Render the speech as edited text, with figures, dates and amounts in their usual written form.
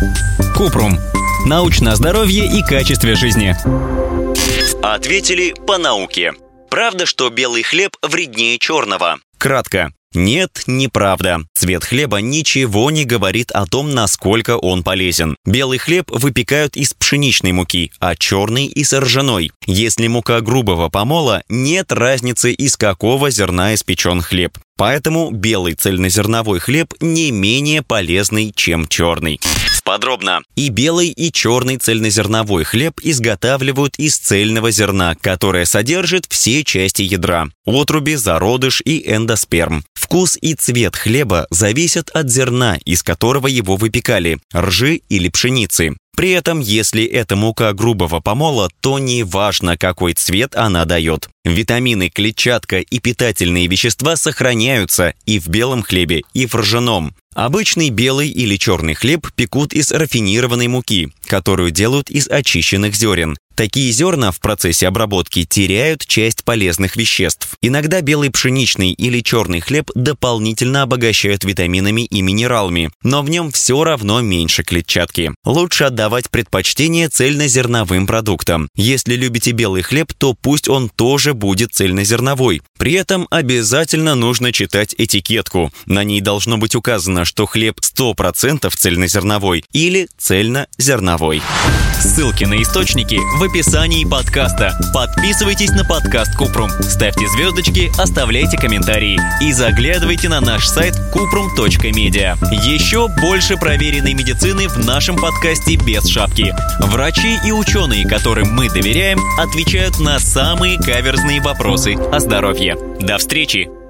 Купрум. Научное здоровье и качестве жизни. Ответили по науке. Правда, что белый хлеб вреднее черного? Кратко. Нет, неправда. Цвет хлеба ничего не говорит о том, насколько он полезен. Белый хлеб выпекают из пшеничной муки, а черный – из ржаной. Если мука грубого помола, нет разницы, из какого зерна испечен хлеб. Поэтому белый цельнозерновой хлеб не менее полезный, чем черный. Подробно. И белый, и черный цельнозерновой хлеб изготавливают из цельного зерна, которое содержит все части ядра – отруби, зародыш и эндосперм. Вкус и цвет хлеба зависят от зерна, из которого его выпекали – ржи или пшеницы. При этом, если это мука грубого помола, то не важно, какой цвет она дает. Витамины, клетчатка и питательные вещества сохраняются и в белом хлебе, и в ржаном. Обычный белый или черный хлеб пекут из рафинированной муки, которую делают из очищенных зерен. Такие зерна в процессе обработки теряют часть полезных веществ. Иногда белый пшеничный или черный хлеб дополнительно обогащают витаминами и минералами, но в нем все равно меньше клетчатки. Лучше отдавать предпочтение цельнозерновым продуктам. Если любите белый хлеб, то пусть он тоже будет цельнозерновой. При этом обязательно нужно читать этикетку. На ней должно быть указано, что хлеб 100% цельнозерновой или цельнозерновой. Ссылки на источники в описании подкаста. Подписывайтесь на подкаст Купрум, ставьте звездочки, оставляйте комментарии и заглядывайте на наш сайт kuprum.media. Еще больше проверенной медицины в нашем подкасте без шапки. Врачи и ученые, которым мы доверяем, отвечают на самые каверзные вопросы о здоровье. До встречи!